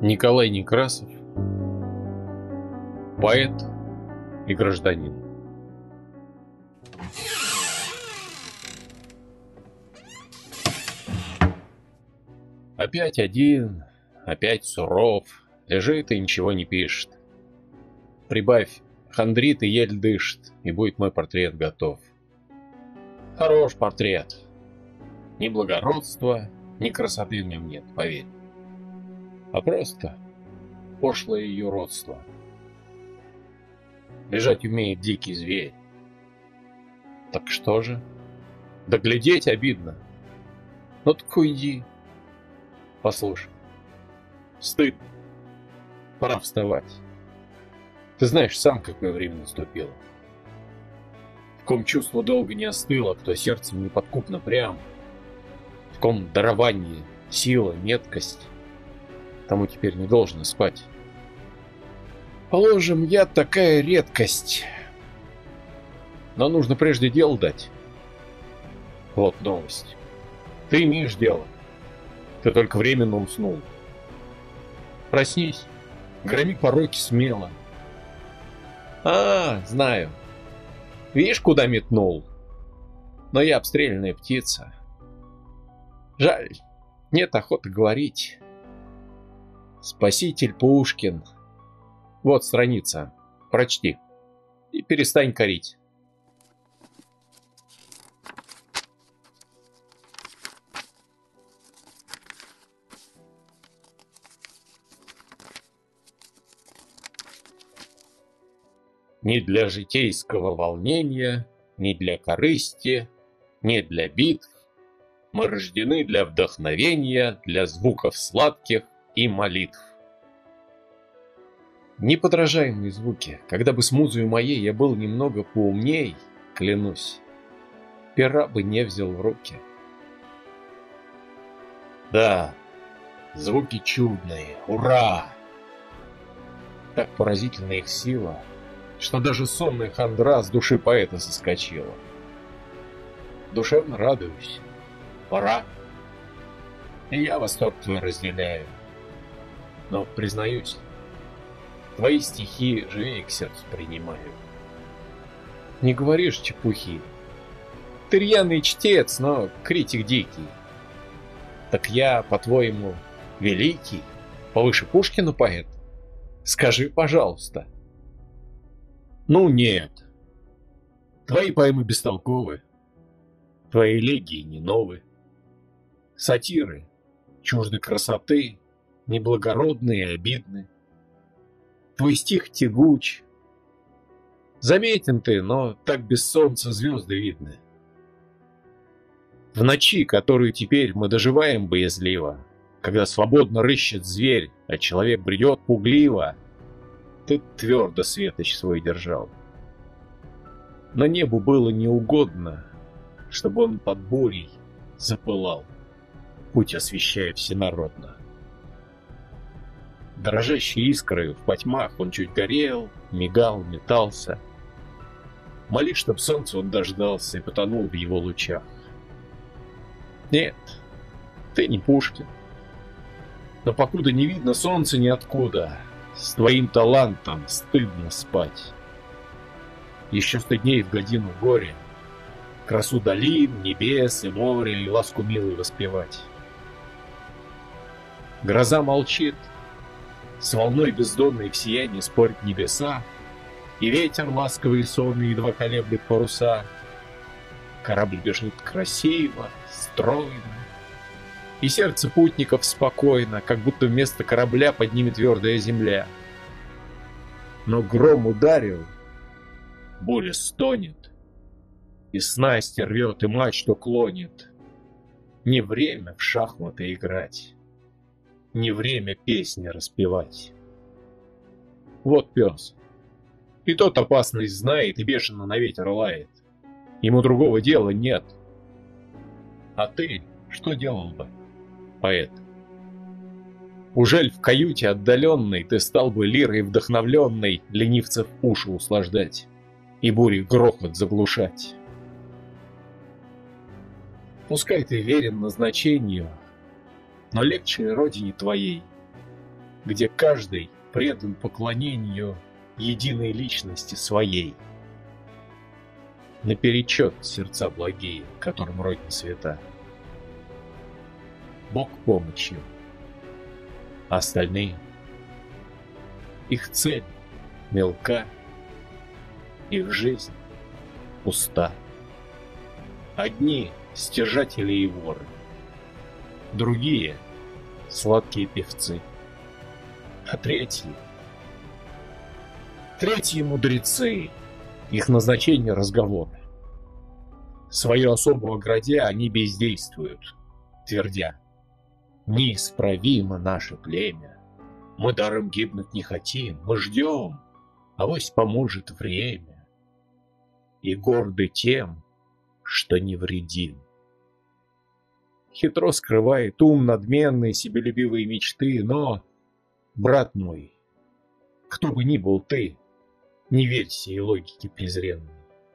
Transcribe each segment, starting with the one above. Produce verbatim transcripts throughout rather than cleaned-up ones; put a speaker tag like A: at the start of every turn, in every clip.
A: Николай Некрасов. Поэт и гражданин. Опять один, опять суров, лежит и ничего не пишет. Прибавь, хандрит и еле дышит, и будет мой портрет готов. Хорош портрет. Ни благородства, ни красоты в нем нет, поверь. А просто пошлое ее родство. Лежать умеет дикий зверь. Так что же? Да глядеть обидно. Ну так уйди. Послушай, стыд. Пора вставать. Ты знаешь сам, какое время наступило. В ком чувство долго не остыло, кто сердцем неподкупно прям, в ком дарование, сила, меткость, тому теперь не должно спать. Положим, я такая редкость. Но нужно прежде дело дать. Вот новость. Ты имеешь дело. Ты только временно уснул. Проснись, громи пороки смело. А, знаю. Видишь, куда метнул? Но я обстрелянная птица. Жаль, нет охоты говорить. Спаситель Пушкин. Вот страница. Прочти. И перестань корить. Ни для житейского волнения, ни для корысти, ни для битв мы рождены для вдохновения, для звуков сладких и молитв. Неподражаемые звуки, когда бы с музою моей я был немного поумней, клянусь, пера бы не взял в руки. Да, звуки чудные, ура! Так поразительна их сила, что даже сонная хандра с души поэта соскочила. Душевно радуюсь. Пора. И я восторг твой разделяю. Но, признаюсь, твои стихи живее к сердцу принимаю. Не говоришь чепухи. Ты рьяный чтец, но критик дикий. Так я, по-твоему, великий, повыше Пушкина поэт? Скажи, пожалуйста. Ну нет. Твои поэмы бестолковы. Твои элегии не новы. Сатиры чужды красоты, неблагородны и обидны. Твой стих тягуч. Заметен ты, но так без солнца звезды видны. В ночи, которую теперь мы доживаем боязливо, когда свободно рыщет зверь, а человек бредет пугливо, ты твердо светоч свой держал. Но небу было неугодно, чтобы он под бурей запылал, путь освещая всенародно. Дрожащей искрой в потьмах он чуть горел, мигал, метался. Моли, чтоб солнце он дождался и потонул в его лучах. Нет, ты не Пушкин. Но покуда не видно солнца ниоткуда, с твоим талантом стыдно спать. Еще стыдней в годину горя красу долин, небес и моря и ласку милую воспевать. Гроза молчит, с волной бездонной в сиянии спорят небеса, и ветер ласковый и сонный едва колеблет паруса. Корабль бежит красиво, стройно, и сердце путников спокойно, как будто вместо корабля под ними твердая земля. Но гром ударил, буря стонет, и снасти рвет, и мачту клонит. Не время в шахматы играть, не время песни распевать. Вот пес. И тот опасность знает, и бешено на ветер лает. Ему другого дела нет. А ты что делал бы, поэт? Ужель в каюте отдаленной ты стал бы лирой вдохновленной ленивцев уши услаждать и бури грохот заглушать? Пускай ты верен назначению, но легче родине твоей где каждый предан поклонению единой личности своей. Наперечет сердца благие, которым родина свята. Бог помощью, а остальные, их цель мелка, их жизнь пуста. Одни стяжатели и воры, другие сладкие певцы, а третьи третьи мудрецы, их назначение разговоры. Свою особу оградя, они бездействуют, твердя: неисправимо наше племя, мы даром гибнуть не хотим, мы ждем, авось поможет время, и горды тем, что невредим. Хитро скрывает ум надменные себелюбивые мечты, но, брат мой, кто бы ни был ты, не верь сей логике презренной.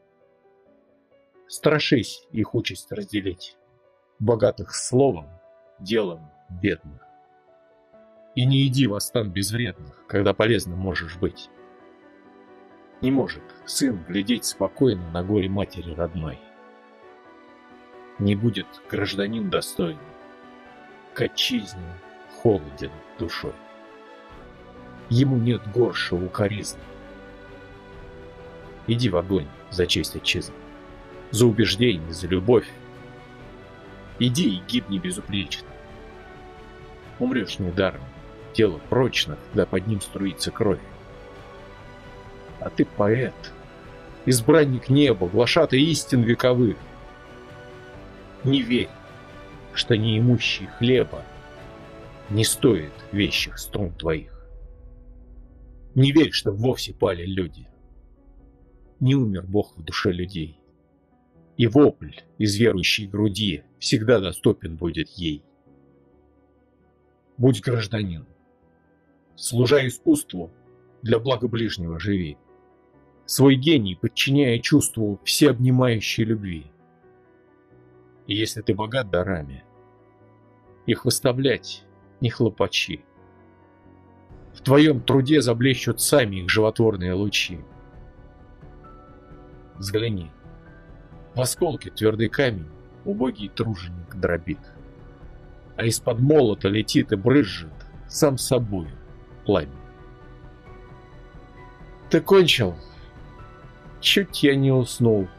A: Страшись их участь разделить, богатых словом, делом бедных. И не иди во стан безвредных, когда полезным можешь быть. Не может сын глядеть спокойно на горе матери родной. Не будет гражданин достойный, к отчизне холоден душой. Ему нет горше укоризны. Иди в огонь за честь отчизны, за убеждение, за любовь. Иди и гибни безупречно. Умрешь недаром, тело прочно, когда под ним струится кровь. А ты поэт, избранник неба, глашатай истин вековых. Не верь, что неимущий хлеба не стоит вещих струн твоих. Не верь, что вовсе пали люди. Не умер Бог в душе людей, и вопль из верующей груди всегда доступен будет ей. Будь гражданин, служа искусству, для блага ближнего живи, свой гений подчиняя чувству всеобнимающей любви. И если ты богат дарами, их выставлять не хлопачи. В твоем труде заблещут сами их животворные лучи. Взгляни, в осколке твердый камень убогий труженик дробит, а из-под молота летит и брызжет сам собой пламя. Ты кончил? Чуть я не уснул.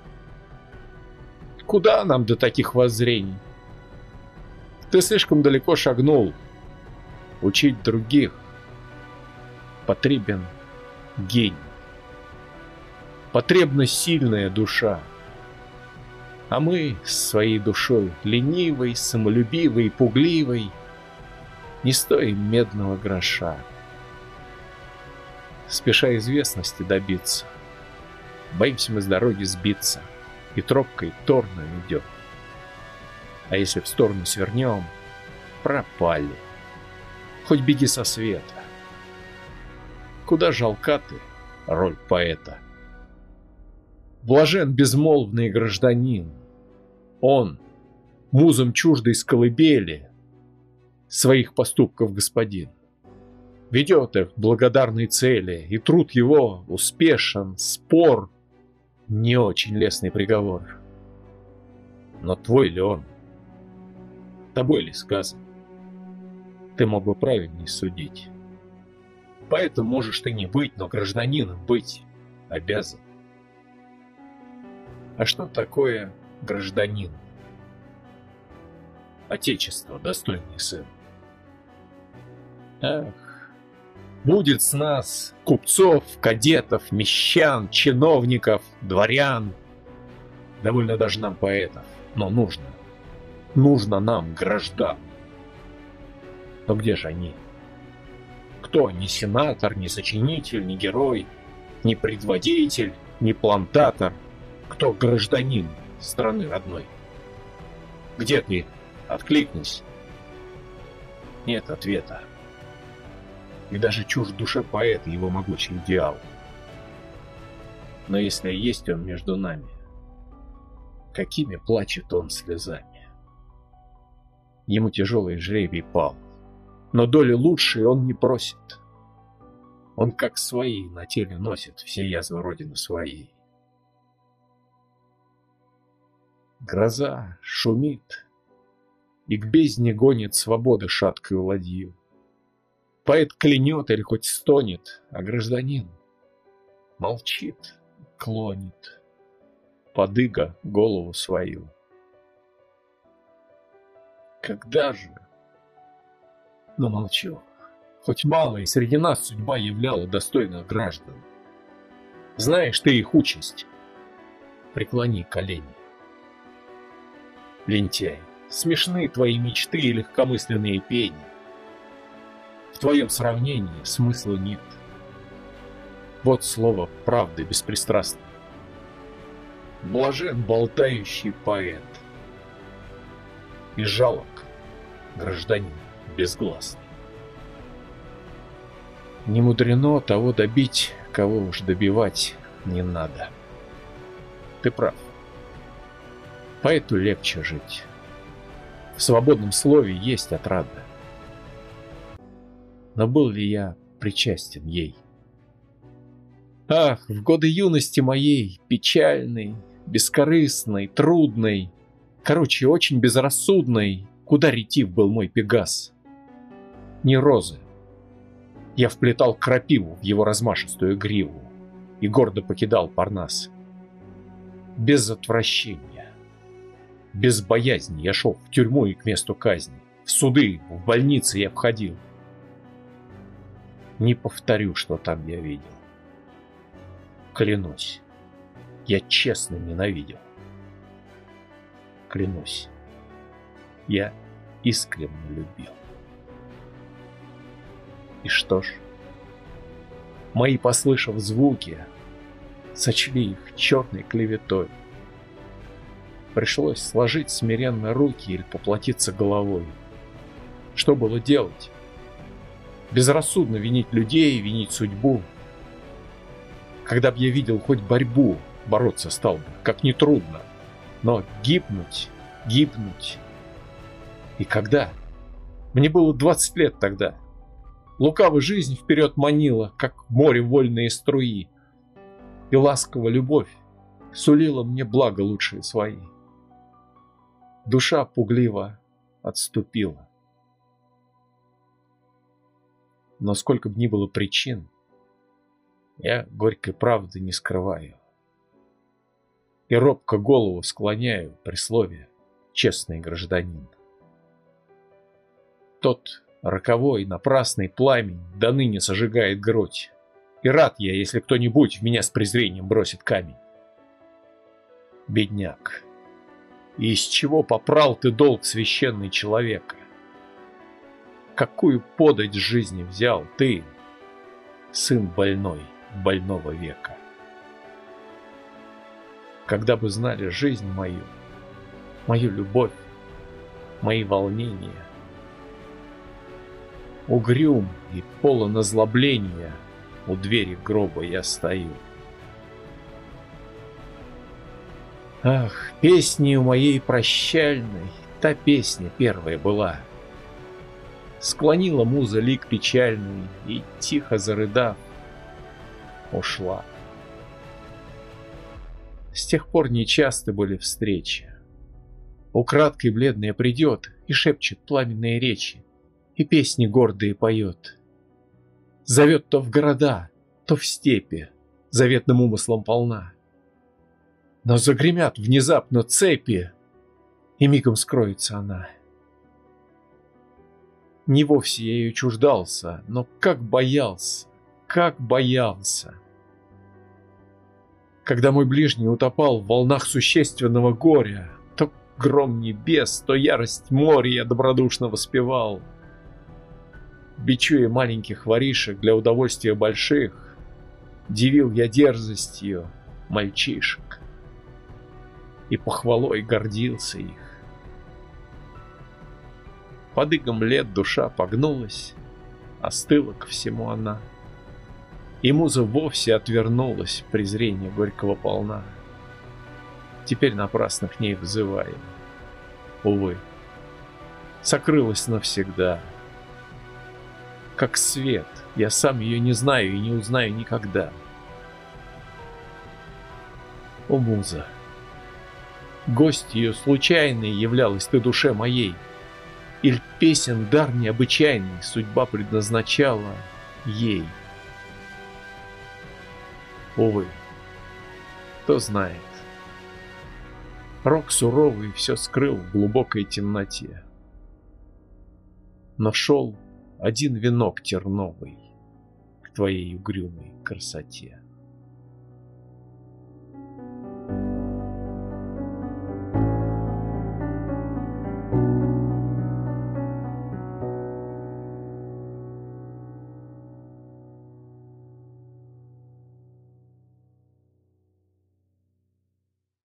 A: Куда нам до таких воззрений? Ты слишком далеко шагнул. Учить других потребен гений. Потребна сильная душа. А мы с своей душой, ленивой, самолюбивой, пугливой, не стоим медного гроша. Спеша известности добиться, боимся мы с дороги сбиться, и тропкой торно идем. А если в сторону свернем, пропали. Хоть беги со света. Куда жалка ты, роль поэта? Блажен безмолвный гражданин. Он, музам чуждой с колыбели, своих поступков господин, ведет их к благодарной цели, и труд его успешен, спор не очень лестный приговор. Но твой ли он? Тобой ли сказан? Ты мог бы правильнее судить. Поэтому можешь ты не быть, но гражданином быть обязан. А что такое гражданин? Отечество, достойный сын. Ах, будет с нас купцов, кадетов, мещан, чиновников, дворян. Довольно даже нам поэтов, но нужно. Нужно нам граждан. Но где же они? Кто? Ни сенатор, ни сочинитель, ни герой, ни предводитель, ни плантатор. Кто гражданин страны родной? Где ты? Откликнись. Нет ответа. И даже чужд душе поэта его могучий идеал. Но если есть он между нами, какими плачет он слезами? Ему тяжелый жребий пал. но доли лучшей он не просит. Он как свои на теле носит все язвы родины своей. Гроза шумит, и к бездне гонит свободы шаткую ладью. Поэт клянет или хоть стонет, а гражданин молчит, клонит подыга голову свою. Когда же? Но молчу. Хоть мало и среди нас судьба являла достойных граждан. Знаешь ты их участь? Преклони колени. Лентяй, смешны твои мечты и легкомысленные пени. В твоем сравнении смысла нет. Вот слово правды беспристрастно. Блажен болтающий поэт и жалок гражданин безгласный. Не мудрено того добить, кого уж добивать не надо. Ты прав. Поэту легче жить. В свободном слове есть отрада. Но был ли я причастен ей? Ах, в годы юности моей, печальной, бескорыстной, трудной, короче, очень безрассудной, куда ретив был мой Пегас. Не розы. Я вплетал крапиву в его размашистую гриву и гордо покидал Парнас. Без отвращения, без боязни я шел в тюрьму и к месту казни. В суды, в больницы я входил. Не повторю, что там я видел. Клянусь, я честно ненавидел. Клянусь, я искренне любил. И что ж, мои, послышав звуки, сочли их черной клеветой. Пришлось сложить смиренно руки или поплатиться головой. Что было делать? Безрассудно винить людей, винить судьбу. Когда б я видел хоть борьбу, бороться стал бы, как нетрудно. Но гибнуть, гибнуть. И когда? Мне было двадцать лет тогда. Лукавая жизнь вперед манила, как море вольные струи. И ласковая любовь сулила мне благо лучшие свои. Душа пугливо отступила. Но сколько б ни было причин, я горькой правды не скрываю. И робко голову склоняю при слове «честный гражданин». Тот роковой напрасный пламень до ныне сожигает грудь. И рад я, если кто-нибудь в меня с презрением бросит камень. Бедняк, и из чего попрал ты долг священный человека? Какую подать жизни взял ты, сын больной, больного века? Когда бы знали жизнь мою, мою любовь, мои волнения, угрюм и полон озлобления у двери гроба я стою. Ах, песни у моей прощальной, та песня первая была. Склонила муза лик печальный и, тихо зарыдав, ушла. С тех пор нечасты были встречи. Украдкой бледная придет и шепчет пламенные речи, и песни гордые поет. Зовет то в города, то в степи, заветным умыслом полна. Но загремят внезапно цепи, и мигом скроется она. Не вовсе я ее чуждался, но как боялся, как боялся. Когда мой ближний утопал в волнах существенного горя, то гром небес, то ярость моря я добродушно воспевал. Бичуя маленьких воришек для удовольствия больших, дивил я дерзостью мальчишек и похвалой гордился их. Под игом лет душа погнулась, остыла ко всему она, и муза вовсе отвернулась, презрение горького полна. Теперь напрасно к ней взываем. Увы, сокрылась навсегда, как свет, я сам ее не знаю и не узнаю никогда. О, муза, гость ее случайный являлась ты душе моей, иль песен дар необычайный судьба предназначала ей. Увы, кто знает, рок суровый все скрыл в глубокой темноте. Но шел один венок терновый к твоей угрюмой красоте.